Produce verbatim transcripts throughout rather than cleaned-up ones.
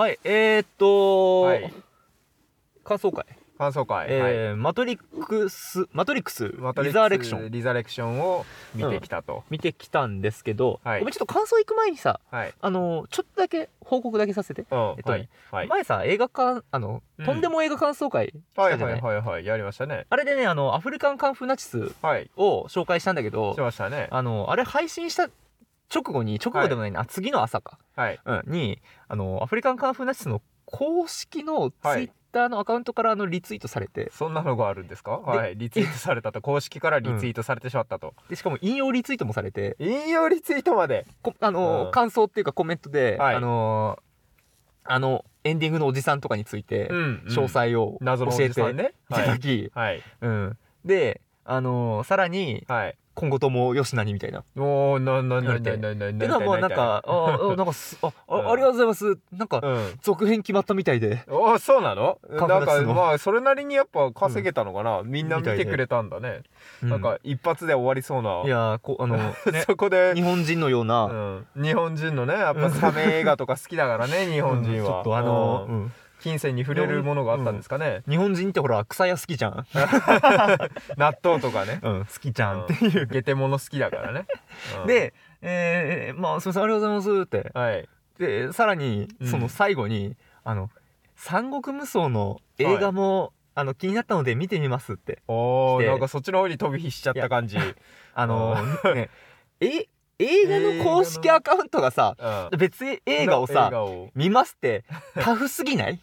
はいえー、っと、 はい、 感想会感想会、 えーはい、 マトリックスマトリックスマトリックスリザーレクションリザレクションを見てきたと、 うん、見てきたんですけど、 はい、 ごめんちょっと感想行く前にさ、 はい、 あのちょっとだけ報告だけさせて、 うん、 えっとね、 はい、はい、 前さ映画館あの、 うん、 とんでも映画感想会したじゃない、 はいはいはいはいやりましたね。 あれでねあのアフリカンカンフーナチスを紹介したんだけど、 しましたね。 あのあれ配信した直後に直後でもないな、はい、次の朝か、 はいうん、にあのアフリカンカンフーナチスの公式のツイッターのアカウントからあのリツイートされて、はい、 そんなのがあるんですか？はい、リツイートされたと、公式からリツイートされてしまったと、 うん、でしかも引用リツイートもされて、 引用リツイートまであの、うん、感想っていうかコメントで、はい、あのあのエンディングのおじさんとかについて詳細を教えていただき、 はいはいうん、であのさらに、はい、今後ともよしなにみたいな。 おーなななななななでなんかなんかあなんかすああ、うん、ありがとうございます。なんか、うん、続編決まったみたいで。 あそうなの？なんかまあそれなりにやっぱ稼げたのかな。うん、みんな見てくれたんだね。なんか一発で終わりそうな。 いやこあの、ね、 そこで日本人のような、 うん、日本人のねやっぱサメ映画とか好きだからね日本人は。うん、ちょっとあの。うんうん金銭に触れるものがあったんですかね、 うん、日本人ってほら草屋好きじゃん納豆とかね、 うん、好きじゃんっていう、 うん、ゲテモノ好きだからね、 うん、で、えー、まあすいませんありがとうございますって、はい、でさらにその最後に、うん、あの三国無双の映画も、はい、あの気になったので見てみますっておーなんかそっちの方に飛び火しちゃった感じあのー、ねえ映画の公式アカウントがさ、うん、別映画をさ見ますってタフすぎない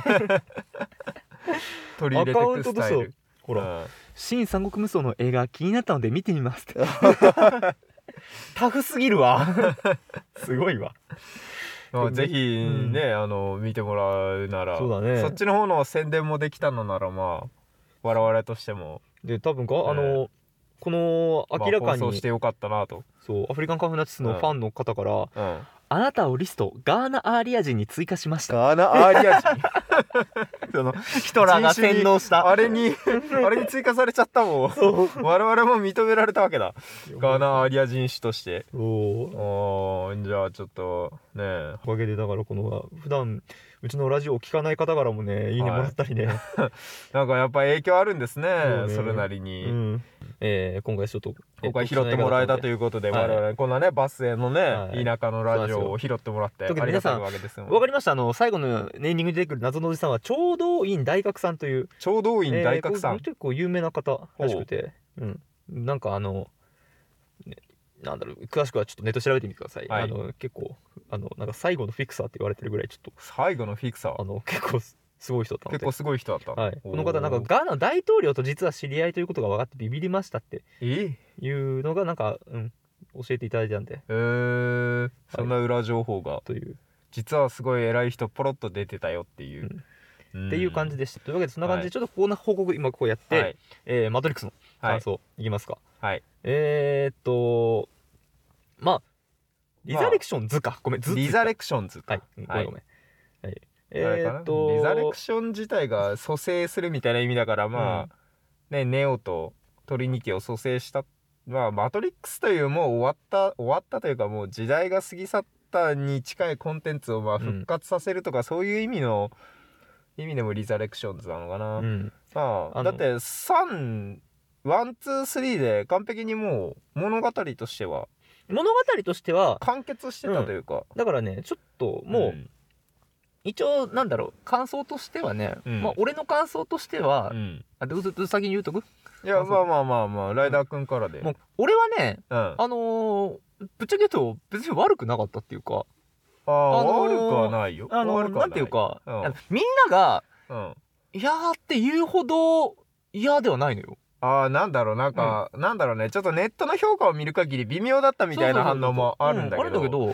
取り入れてくスタイルほら、うん、新三国無双の映画気になったので見てみますってタフすぎるわすごいわまあ、ぜひね、うん、あの見てもらうならそうだ、ね、 そっちの方の宣伝もできたのならまあ我々としてもで多分か、ね、あのこの明らかに、 まあ、放送してよかったなとそうアフリカンカンフーナチスのファンの方から、うんうん、あなたをリストガーナアーリア人に追加しました。 ガーナアーリア人そのヒトラーが洗脳したあれにあれに追加されちゃったもん我々も認められたわけだガーナアーリア人種としておおじゃあちょっとねおかげでだからこの普段うちのラジオを聞かない方からもねいいねもらったりね、はい、 なんかやっぱ影響あるんです ね, ねそれなりに、うんえー、今回ちょっと今回拾ってもらえたということで、はい、我々こんなねバスへのね、はい、田舎のラジオを拾ってもらってありがたいわけですよ。 わかりました。あの最後のエンディングに出てくる謎のおじさんは聴導員大覚さんという聴導員大覚さん、 えー、結構有名な方らしくて、うん、なんかあの、ね、なんだろう詳しくはちょっとネット調べてみてください、はい、あの結構あのなんか最後のフィクサーって言われてるぐらいちょっと最後のフィクサーあの結構すごい人だったので結構すごい人だった、 はい、この方なんかガーナ大統領と実は知り合いということが分かってビビりましたっていうのがなんか、うん、教えていただいたんでへえー、そんな裏情報が、はい、 という実はすごい偉い人ポロッと出てたよっていう、 うん、っていう感じでした。というわけでそんな感じでちょっとこんな報告今ここやって、はいえー、マトリックスの感想いきますか。はい、えー、っとまあリザレクションズか、まあ、ごめんズリザレクションズかはいごめんごめん、はい、 えー、っとリザレクション自体が蘇生するみたいな意味だからまあ、うんね、ネオとトリニティを蘇生したまあマトリックスというもう終わった終わったというかもう時代が過ぎ去ったに近いコンテンツをまあ復活させるとか、うん、そういう意味の意味でもリザレクションズなのかな、うん、まあだってさん、ワン、ツー、スリーで完璧にもう物語としては物語としては完結してたというか、 うん、だからねちょっともう、うん一応なんだろう感想としてはね、うん、まあ俺の感想としては、うん、あどうぞ先に言うとくいやまあまあまあまあライダーくんからで、 うん、もう俺はね、うん、あのー、ぶっちゃけ言うと別に悪くなかったっていうかあ、あのー、悪くはないよあのー、悪くはないなんていうか、うん、みんなが、うん、いやーって言うほど嫌ではないのよ。 あーなんだろうなんか、うん、なんだろうねちょっとネットの評価を見る限り微妙だったみたいな反応もあるんだけど、 あるんだけど、うん、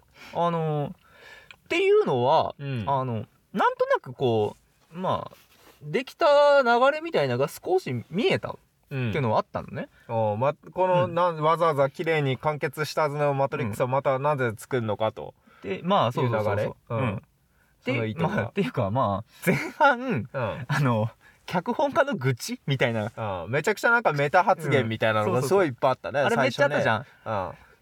あのーっていうのは、うん、あのなんとなくこうまあできた流れみたいなのが少し見えたっていうのはあったのね、 うんおま、この、うん、なわざわざ綺麗に完結したはずのマトリックスをまたなぜ作るのかと、 うん、でまあそうそうそうそう、うん、っていう、まあ、っていうかまあ前半、うん、あの脚本家の愚痴みたいな、 うん、めちゃくちゃなんかメタ発言みたいなのがすごいいっぱいあったね、 あれめっちゃあったじゃん、 うん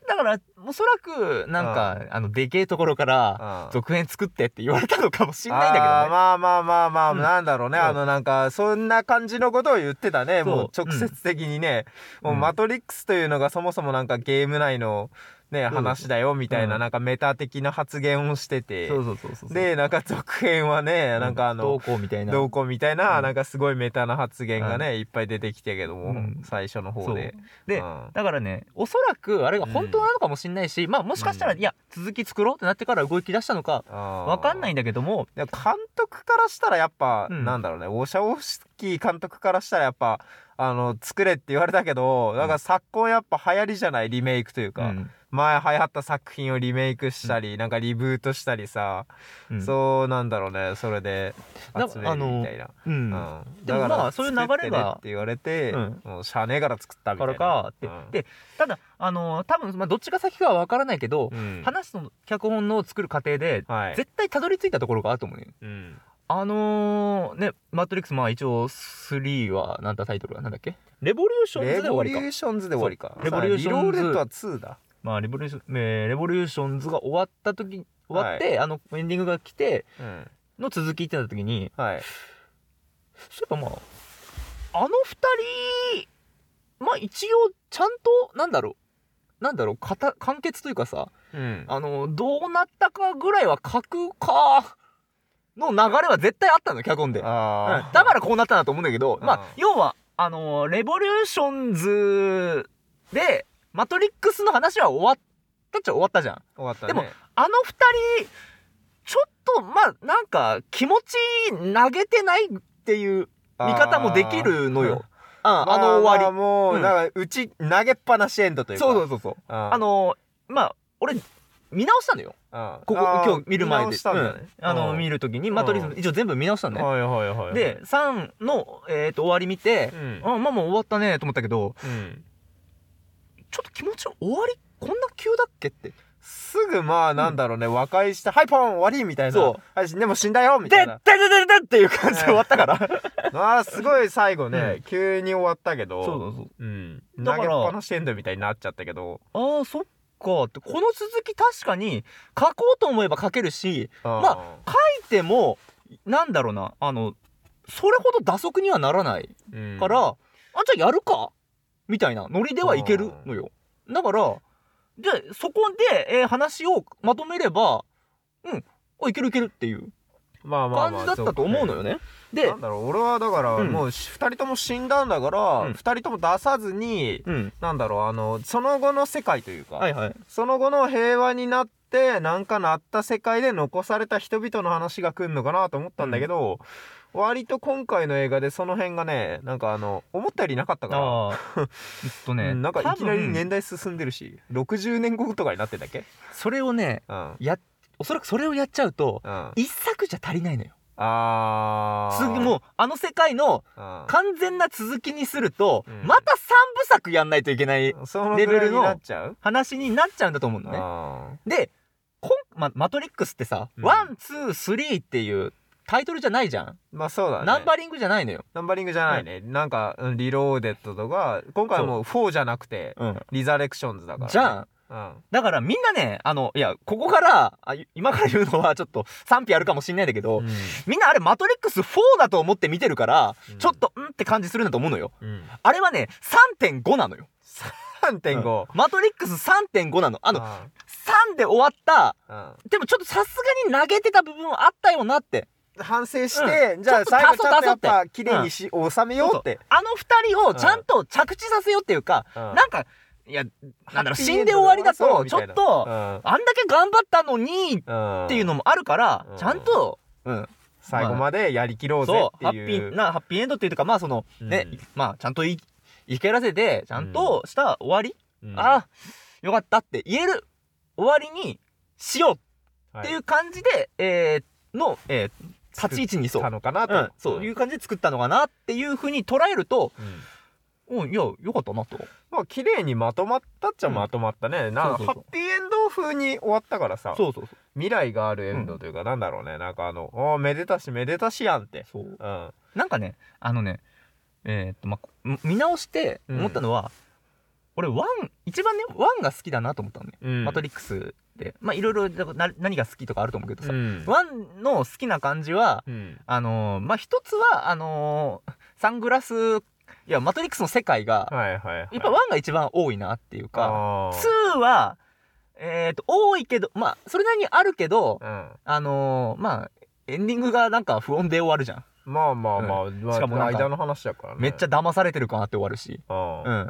だからおそらくなんかあのでけえところから続編作ってって言われたのかもしんないんだけどね。 まあまあまあまあ、うん、なんだろうね、うん、あのなんかそんな感じのことを言ってたね。もう直接的にね、うん、もうマトリックスというのがそもそもなんかゲーム内のね、話だよみたいな、うん、なんかメタ的な発言をしてて、 そうそうそうそう、 でなんか続編はね、うん、なんかあのどうこうみたいなどうこうみたいな、うん、なんかすごいメタな発言がね、うん、いっぱい出てきたけども、うん、最初の方でで、うん、だからねおそらくあれが本当なのかもしれないし、うん、まあもしかしたら、うん、いや続き作ろうってなってから動き出したのかわかんないんだけども、 監督からしたらやっぱ、うん、なんだろうね、オシャオフスキー監督からしたらやっぱあの作れって言われたけど、だから昨今やっぱ流行りじゃない、リメイクというか、うん、前流行った作品をリメイクしたり、うん、なんかリブートしたりさ、うん、そうなんだろうね、それで集めるみたいな、 うん、うん、だからまあそういう流れがって言われて、うん、もうしゃあねえから作ったみたいなからかって、うん、でただあのー、多分まあどっちが先かは分からないけど、うん、話の脚本の作る過程で、はい、絶対たどり着いたところがあると思うね、うん、あのー、ねマトリックスまあ一応スリーはなんだタイトルはなんだっけ、レボリューションズで終わりか、 レボリューションズで終わりか、 レボリューションズリローレットはツーだ。 まあレボリューション、えー、レボリューションズが終わった時終わって、はい、あのエンディングが来ての続きってなった時に、はい、そういえばまああのふたりまあ一応ちゃんとなんだろうなんだろうかた完結というかさ、うん、あのどうなったかぐらいは書くかの流れは絶対あったの、脚本で。あ、うん、だからこうなったなと思うんだけど、まあ要はあのー、レボリューションズでマトリックスの話は終わったっちゃ終わったじゃん。 終わったね。 でもあのふたりちょっとまあなんか気持ち投げてないっていう見方もできるのよ。あ, あ, あの終わり、まあ、 もう、うん、なんかうち投げっぱなしエンドというか、 そうそうそうそう、あ, あのー、まあ俺見直したのよ、ここ今日見る前で、見直したんだね、うん、あの見るときにマトリックス一応全部見直したのね、はいはいはいはい、でさんの、えー、と終わり見て、うん、あまあもう終わったねと思ったけど、うん、ちょっと気持ち終わりこんな急だっけって、 すぐまあなんだろうね、うん、和解してはいポン終わりみたいな、そうでも死んだよみたいな、 でででででっていう感じで終わったからあーすごい最後ね、うん、急に終わったけど、 そうそうそう、 うん、投げっぱなしエンドみたいになっちゃったけど、 ああそっかって、この続き確かに書こうと思えば書けるし、あまあ書いてもなんだろうな、あのそれほど打足にはならないから、うん、あじゃあやるかみたいなノリではいけるのよ。だからじゃあそこで、えー、話をまとめればうんおいけるいけるっていう感じだったと思うのよね。 でなんだろう、俺はだから、うん、もうふたりとも死んだんだから、うん、ふたりとも出さずに、うん、なんだろう、あのその後の世界というか、はいはい、その後の平和になってなんかなった世界で残された人々の話が来るのかなと思ったんだけど、うん、割と今回の映画でその辺がね、なんかあの思ったよりなかったからえっとね、うん、 なんかいきなり年代進んでるし、ろくじゅうねんごとかになってんだっけ、 それをね、うん、やおそらくそれをやっちゃうと、うん、一作じゃ足りないのよ。あ次もうあの世界の完全な続きにすると、うん、またさんぶさくやんないといけないレベルの話になっちゃうんだと思うのね。でこん、ま、マトリックスってさ、うん、ワン、ツー、スリーっていうタイトルじゃないじゃん。 まあそうだね。 ナンバリングじゃないのよ。 ナンバリングじゃないね。うん、なんかリローデッドとか今回はもうフォーじゃなくて、うん、リザレクションズだから、ね。 じゃん。うん、だからみんなね、あのいやここからあ今から言うのはちょっと賛否あるかもしんないんだけど、うん、みんなあれマトリックスフォーだと思って見てるから、うん、ちょっとんって感じするんだと思うのよ、うん、あれはね さんてんご なのよ。 さんてんご、 うん、マトリックス さんてんご なの。あの、うん、さんで終わった、うん、でもちょっとさすがに投げてた部分あったよなって反省して、うん、じゃあ最後ちょっとやっぱ綺麗にし、うん、収めようって、そうそう、 あのふたりをちゃんと着地させようっていうか、うん、なんかいやなんだろう、死んで終わりだとちょっと、うん、あんだけ頑張ったのにっていうのもあるから、うん、ちゃんと、うん、 最後までやりきろうぜっていう、 ハッピーなハッピーエンドっていうか、まあその、うん、ね、まあちゃんとい生けらせてちゃんとした終わり、うん、ああよかったって言える終わりにしようっていう感じで、はい、えー、の、えー、立ち位置にそう、 のかなと、 うん、そういう感じで作ったのかなっていう風に捉えると、うん、うん、いやよかったなと。 まあ綺麗にまとまったっちゃまとまったね、うん、なんかハッピーエンド風に終わったからさ、 そうそうそう、 未来があるエンドというか、うん、なんだろうね、なんかあのおめでたしめでたしやんって、そう、うん、 なんかねあのねえー、っとまあ見直して思ったのは、 俺ワン一番ねワンが好きだなと思ったのね、 うん、 マトリックスでまあいろいろ何が好きとかあると思うけどさ、 うん、 ワンの好きな感じは、うん、あのー、まあ一つはあのー、サングラスいやマトリックスの世界が、はいはいはい、やっぱワンが一番多いなっていうかツーはえっ、ー、と多いけどまあそれなりにあるけど、うん、あのー、まあエンディングがなんか不穏で終わるじゃん。 まあまあまあ、うん、しかも間の話だからね。 めっちゃ騙されてるかなって終わるし。うん。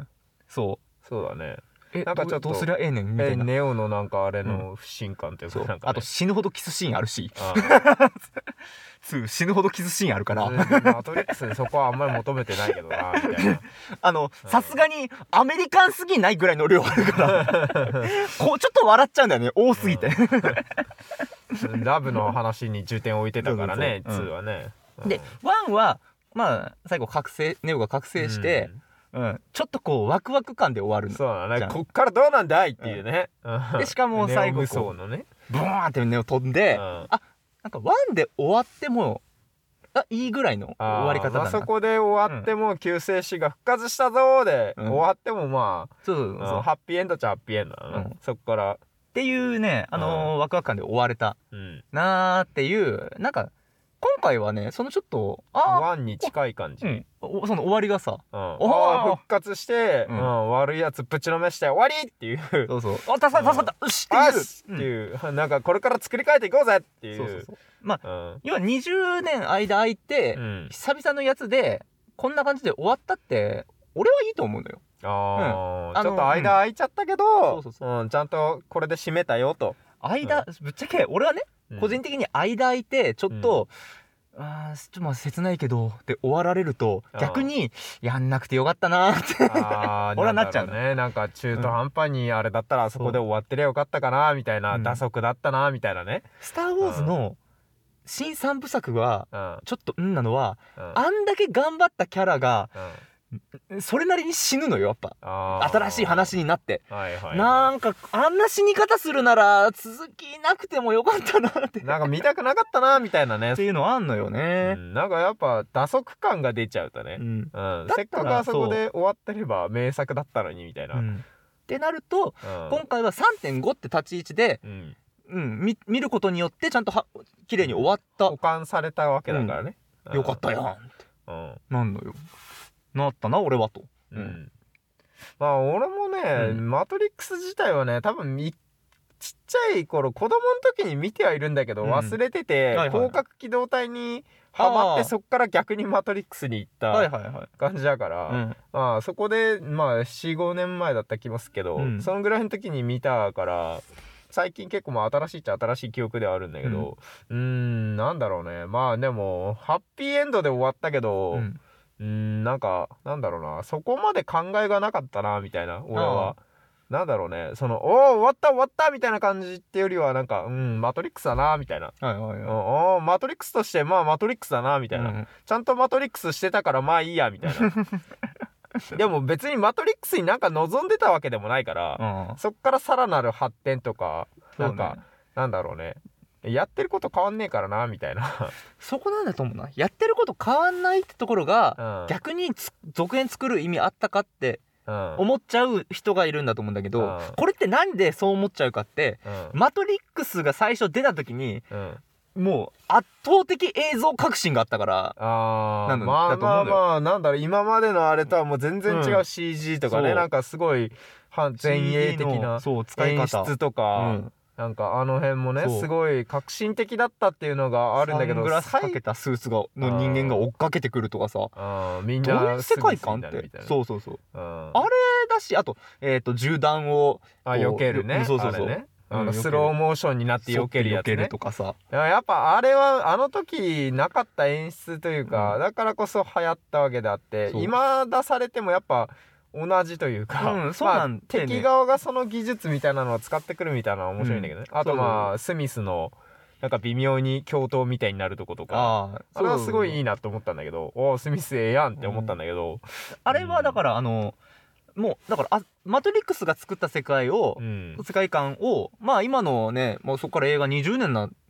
そう。 そうだね。 え、なんかちょっとどうすりゃええねんみたいな。 え、ネオのなんかあれの不信感というか、うん、なんか、ね、 あと死ぬほどキスシーンあるし。ツー死ぬほどキスシーンあるから。 マトリックスでそこはあんまり求めてないけどなみたいな。 あのさすがにアメリカンすぎないぐらいの量あるから。こうちょっと笑っちゃうんだよね。多すぎて。 うん、ラブの話に重点を置いてたからね、ツーはね。 でワンはまあ最後覚醒ネオが覚醒して、うんうん、ちょっとこうワクワク感で終わるの。 そうだね。こっからどうなんだいっていうね。 うん、でしかも最後こうのねブワーンってネオ飛んで、うん、あなんかワンで終わってもあいいぐらいの終わり方だな。 あそこで終わっても救世主が復活したぞーで、うん、終わってもまあそうそうそう、うん、ハッピーエンドっちゃハッピーエンドだな、うん、そっからっていうねあのーうん、ワクワク感で終われた、うん、なーっていうなんか今回はねそのちょっとあワンに近い感じ、うん、 その終わりがさ、 うん、お復活して、うんうん、悪いやつぶちのめして終わりっていうそうそうあ助かった助かったよしっていうっていう、うん、なんかこれから作り変えていこうぜっていうそうそうそうまあ、うん、要はにじゅうねん間空いて、うん、久々のやつでこんな感じで終わったって俺はいいと思うのよ。 あ、うん、ちょっと間空いちゃったけど、うん、ちゃんとこれで締めたよと間、うん、ぶっちゃけ俺はね、うん、個人的に間空いてちょっと、うん、あちょっとまあ切ないけどって終わられると逆にやんなくてよかったなって俺はなっちゃうのね。なんか中途半端にあれだったらあそこで終わってりゃよかったかなみたいな、うん、打足だったなみたいなね。 スター・ウォーズの、うん新三部作がちょっとうんなのは、うん、あんだけ頑張ったキャラが、うん、それなりに死ぬのよやっぱ新しい話になって、はいはいはい、なんかあんな死に方するなら続きなくてもよかったなってなんか見たくなかったなみたいなねっていうのあんのよね、 うん、なんかやっぱ打足感が出ちゃうとね、うんうん、せっかくあそこで終わってれば名作だったのにみたいな、うん、 ってなると、うん、今回は さんてんご って立ち位置で、うんうん、見, 見ることによってちゃんとは綺麗に終わった保管されたわけだからね、 うん、よかったやんって、うん、なんのよなったな俺はと、うんうん、 まあ俺もね、うん、マトリックス自体はね多分ちっちゃい頃子供の時に見てはいるんだけど、うん、忘れてて、はいはい、広角機動隊にハマってそっから逆にマトリックスに行った感じだから、はいはいはい、まあそこでまあ よん,ご 年前だった気もするけど、うん、そのぐらいの時に見たから最近結構まあ新しいっちゃ新しい記憶ではあるんだけど、うん、うーんなんだろうねまあでもハッピーエンドで終わったけど、うん、うーんなんかなんだろうなそこまで考えがなかったなみたいな俺はなんだろうねそのおー終わった終わったみたいな感じってよりはなんかうんマトリックスだなみたいな、はいはいはい、おおマトリックスとしてまあマトリックスだなみたいな、うん、ちゃんとマトリックスしてたからまあいいやみたいなでも別にマトリックスになんか望んでたわけでもないから、うん、そっからさらなる発展とかなんか、ね、なんだろうねやってること変わんねえからなみたいなそこなんだと思うなやってること変わんないってところが、うん、逆に続編作る意味あったかって思っちゃう人がいるんだと思うんだけど、うん、これってなんでそう思っちゃうかって、うん、マトリックスが最初出た時に、うんもう圧倒的映像革新があったからあーまあまあまあなんだろう今までのあれとはもう全然違う シージー とかね、うん、なんかすごい前衛的な演出とか、うん、なんかあの辺もねすごい革新的だったっていうのがあるんだけどサングラスかけたスーツがの人間が追っかけてくるとかさあみんなどういう世界観ってそうそうそう、うん、あれだしあと,、えー、と銃弾をあ避けるねそうそうそう、 あれねあのスローモーションになって避けるやつね。避けるとかさ。 やっぱあれはあの時なかった演出というか、うん、だからこそ流行ったわけであって、今出されてもやっぱ同じというか、うん、そうなん、まあ、敵側がその技術みたいなのを使ってくるみたいなのは面白いんだけどね。うん、あとまあスミスのなんか微妙に共闘みたいになるとことか、あ, あれはすごいいいなと思ったんだけど、おスミスええやんって思ったんだけど、うん、 あれはだからあの。もうだからあマトリックスが作った世界を、うん、世界観をまあ今のねもうそこから映画にじゅうねんなっ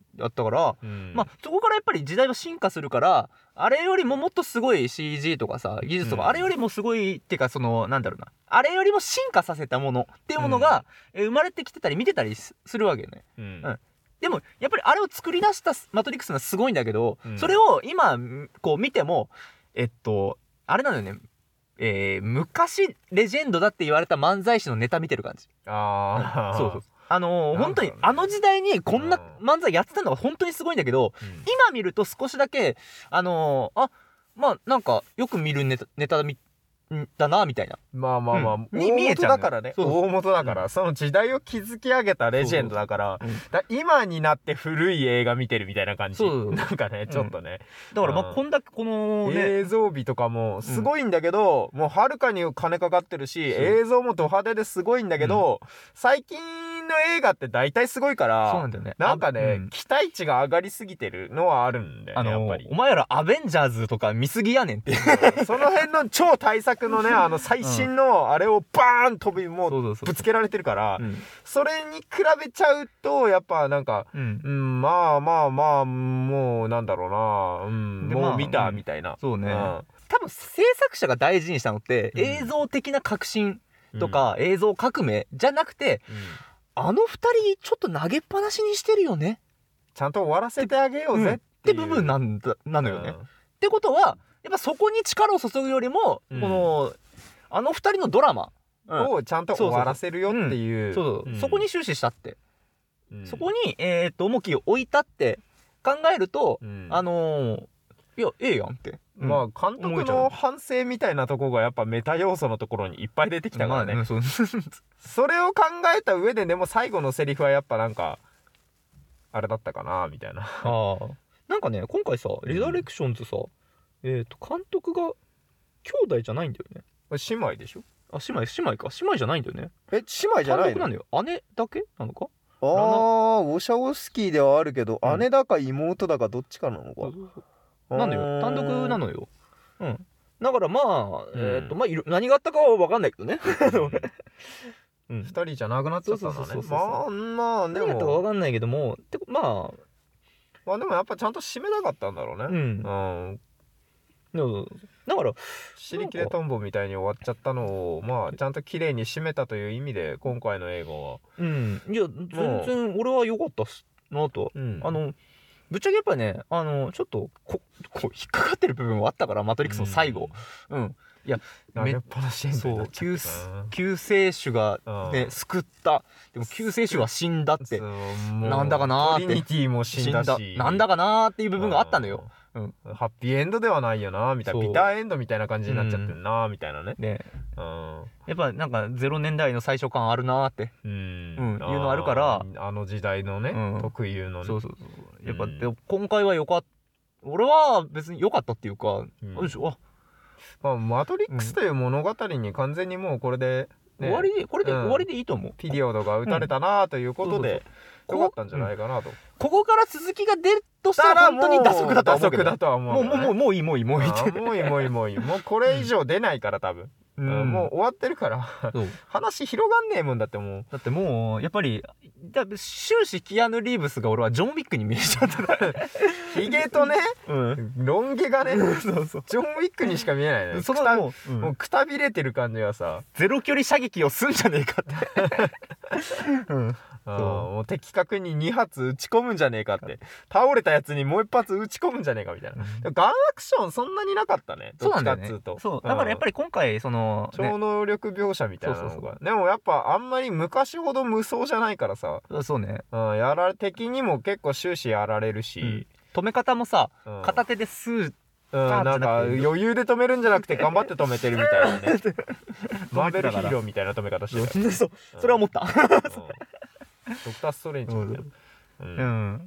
だったから、うん、まあそこからやっぱり時代は進化するから、あれよりももっとすごい シージー とかさ技術とか、うん、あれよりもすごいっていうか、そのなんだろうな、あれよりも進化させたものっていうものが、うん、生まれてきてたり見てたりするわけね、うん、うん、でもやっぱりあれを作り出したマトリックスがすごいんだけど、うん、それを今こう見てもえっとあれなのよね、えー、昔レジェンドだって言われた漫才師のネタ見てる感じ。ああ、そうそう、あのー、本当にあの時代にこんな漫才やってたのが本当にすごいんだけど、うん、今見ると少しだけあのー、あまあなんかよく見るネタネタ見だなみたいな、 まあまあまあ、うん、に見えちゃう、大元だからね、大元だから、うん、その時代を築き上げたレジェンドだから、そうそうそう、だ今になって古い映画見てるみたいな感じ、そうなんかね、ちょっとね、 うん、だからまあこんだけこの、ね、 映像美とかもすごいんだけど、うん、もうはるかに金かかってるし、映像もド派手ですごいんだけど、うん、最近の映画って大体すごいから、そうなんだよね、なんかね、うん、期待値が上がりすぎてるのはあるんだよね、あのー、やっぱり。 お前らアベンジャーズとか見すぎやねんってその辺の超大作のね、あの最新のあれをバーン飛びもうぶつけられてるから、うん、それに比べちゃうとやっぱなんか、うんうん、まあまあまあもうなんだろうな、うん、もう見たみたいな、 うん、そうね、うん、多分制作者が大事にしたのって、うん、映像的な革新とか、うん、映像革命じゃなくて、うん、あの二人ちょっと投げっぱなしにしてるよね、 ちゃんと終わらせてあげようぜって部分なんだなのよね、うん、ってことはやっぱそこに力を注ぐよりも、うん、このあの二人のドラマをちゃんと終わらせるよっていう、 そうそう、そこに終始したって、うん、そこにえー、っと重きを置いたって考えると、うん、あのー、いやええやんって、 うん、まあ監督の反省みたいなところがやっぱメタ要素のところにいっぱい出てきたからね、まあ、そ, それを考えた上ででも最後のセリフはやっぱなんかあれだったかなみたいな。あなんかね今回さリザレクションズさ、うん、えー、っと監督が兄弟じゃないんだよね。 姉妹でしょ。 あ姉妹姉妹か姉妹じゃないんだよね。 え姉妹じゃないの？ なんだよ。姉だけなのか。 ああウォシャオスキーではあるけど、うん、姉だか妹だかどっちかなのか。そうそうそうなのよ、単独なのよ。うんだからまあ、うん、えー、っとまあ何があったかは分かんないけどね。 うん、ふたりじゃなくなっちゃったんだね。まあまあでも何やったか分かんないけどもてまあまあでもやっぱちゃんと締めなかったんだろうね。うん、うんだから尻切れトンボみたいに終わっちゃったのをまあちゃんと綺麗に締めたという意味で今回の映画はうんいや全然俺は良かったっすなと、うん、あのぶっちゃけやっぱねあのちょっとここう引っかかってる部分はあったからマトリックスの最後うん、うん、いやめっぱなしになっちゃったそう救世主がね救ったでも救世主は死んだってなんだかなーってトリニティも死んだしなんだかなーっていう部分があったのよ。 うん、ハッピーエンドではないよなみたいなビターエンドみたいな感じになっちゃってんな、うん、みたいなね。ね、 うん、やっぱなんかゼロねんだいの最初感あるなーって、うんうん、いうのあるからあの時代のね、うん、特有のねそうそうそうやっぱ、うん、でも今回は良かった俺は別に良かったっていうか、うん、よいしょあ、 まあ、マトリックスという物語に完全にもうこれで、 ね、終わりでこれで、うん、終わりでいいと思う。 ピリオドが打たれたなということで、うん、よかったんじゃないかなと。 ここから続きが出るとしたら本当に打足だと思うけど、 打足だとは思う、ね、 もうもうもういいもういいもういいってもういいもういいもういいもうこれ以上出ないから多分、うん、もう終わってるから話広がんねえもんだってもうだってもうやっぱりだ終始キアヌ・リーブスが俺はジョン・ウィックに見えちゃったヒゲとね、うん、ロン毛がねそうそうジョン・ウィックにしか見えないね。そのもう、うん、もうくたびれてる感じはさゼロ距離射撃をすんじゃねえかってうんもう的確にに発撃ち込むんじゃねえかって倒れたやつにもう一発撃ち込むんじゃねえかみたいな、うん、ガンアクションそんなになかったね。どっちかっつうとそうだからやっぱり今回その、 ね、超能力描写みたいなのがそうそうそうでもやっぱあんまり昔ほど無双じゃないからさそうね、 うん、やら敵にも結構終始やられるし、うん、 止め方もさ、うん、片手でスーうん、なんか余裕で止めるんじゃなくて頑張って止めてるみたいなねマーベルヒーローみたいな止め方してたそうそれは思った、うん、ドクターストレンジみたいな、 うん、うん、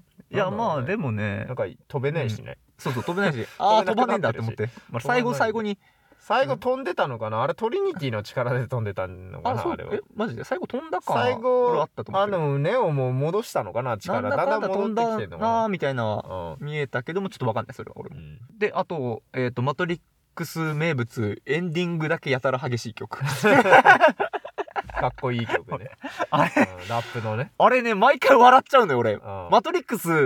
いやまあでもねなんか飛べないしね、 うん、そうそう飛べないしああ飛ばねえんだって思って、まあ、最後最後に最後飛んでたのかなあれトリニティの力で飛んでたのかな あ, あれはえマジで最後飛んだか最後あったと思あのネオも戻したのかな力なんだかんだ戻ってきてんのかなみたいな、うん、見えたけどもちょっと分かんないそれは俺も、うん、であとえっ、ー、とマトリックス名物エンディングだけやたら激しい曲かっこいい曲ねあれ、うん、ラップのねあれね毎回笑っちゃうのよ俺、うん、マトリックス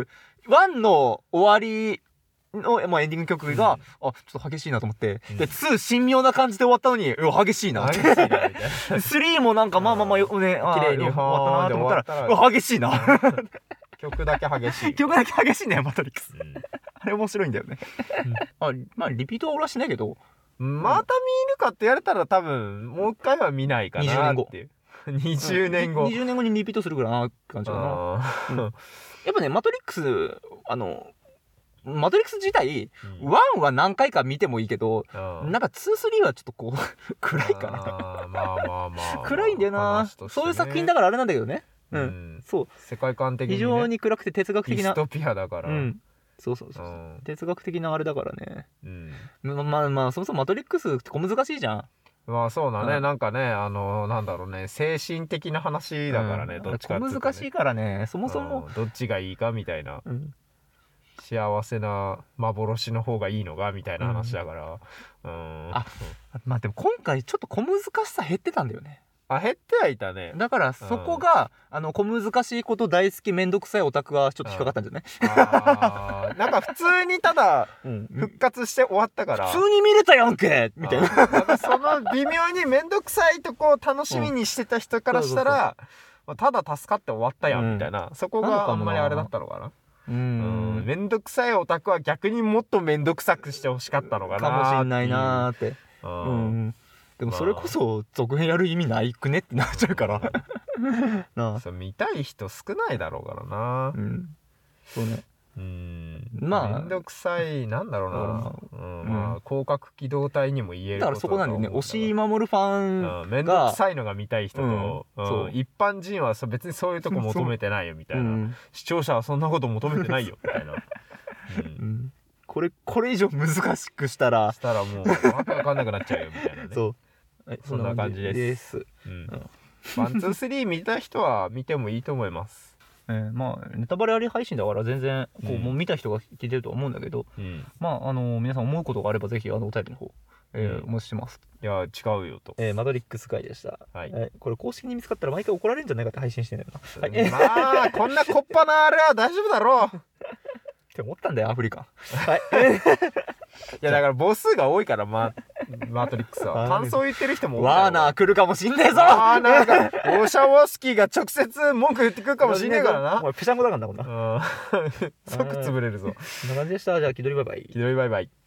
ワンの終わりの、まあ、エンディング曲が、うん、あちょっと激しいなと思って、うん、でツー神妙な感じで終わったのにうわ激しいなってスリーもなんかまあまあまあよね綺麗に終わったなと思ったらうわ激しいな曲だけ激しい曲だけ激しいんだよマトリックス、うん、あれ面白いんだよねあまあリピートは俺はしないけどまた見るかって言われたら多分もう一回は見ないかなっていうにじゅうねんごにじゅうねんごにリピートするぐらいな感じかな、うん、やっぱねマトリックスあのマトリックス自体、うん、ワンは何回か見てもいいけど、うん、なんかツー、スリーはちょっとこう暗いかな。 まあまあまあ、まあ、 暗いんだよな、ね。そういう作品だからあれなんだけどね。うん。うん、そう。 世界観的に、ね、 非常に暗くて哲学的な。 ディストピアだから。 うん。そうそうそうそう、うん。哲学的なあれだからね。うん。まあまあまあそもそもマトリックスって小難しいじゃん。 まあそうだね、うん、なんかねあのなんだろうね精神的な話だからね、うん、どっちかっていうと、ね、 小難しいからねそもそも、 うん、どっちがいいかみたいな。うん幸せな幻の方がいいのがみたいな話だから、うん、うんあまあでも今回ちょっと小難しさ減ってたんだよね。 あ減ってはいたね。 だからそこが、うん、あの小難しいこと大好きめんどくさいオタクがちょっと引っかかったんじゃない、うん、 あなんか普通にただ復活して終わったから、 普通に見れたやんけみたいな。 なんかその微妙にめんどくさいとこを楽しみにしてた人からしたら、うん、ただ助かって終わったやんみたいな、うん、そこがあんまりあれだったのかな。うん、めんどくさいオタクは逆にもっとめんどくさくしてほしかったのかなかもしんないなーって、うん、うん、でもそれこそ続編やる意味ないくねってなっちゃうからなあそう見たい人少ないだろうからな。うんそうね。 うんまあめんどくさいなんだろうな、うんうんまあ、広角機動隊にも言えるだからそこなんでね押井守ファン、 うん、めんどくさいのが見たい人と、うんうん、一般人は別にそういうとこ求めてないよみたいな、うん、視聴者はそんなこと求めてないよみたいな、 うんうん、これこれ以上難しくしたらしたらもうわけわかんなくなっちゃうよみたいなね。そう、はい、そんな感じです。です、うん、ワンツースリー見た人は見てもいいと思います。 えー、まあネタバレあり配信だから全然こう、うん、もう見た人が聞いてるとは思うんだけど、うん、まああのー、皆さん思うことがあればぜひあのお便りの方、えーうん、お待ちしてます。 いや違うよと、 えー、マトリックス会でした、はいえー、これ公式に見つかったら毎回怒られるんじゃないかって配信してんだよな、 はい、まあこんなこっぱなあれは大丈夫だろうって思ったんだよアフリカンはいいやだから母数が多いからママトリックスは感想言ってる人も多い。 ワーナー来るかもしんねえぞ。 ワーナーがオーシャン・ウォスキーが直接文句言ってくるかもしんねえからな。 お前ペシャンコだからなこんな即潰れるぞ。 こんな感じでした。じゃあ気取りバイバイ。 気取りバイバイ。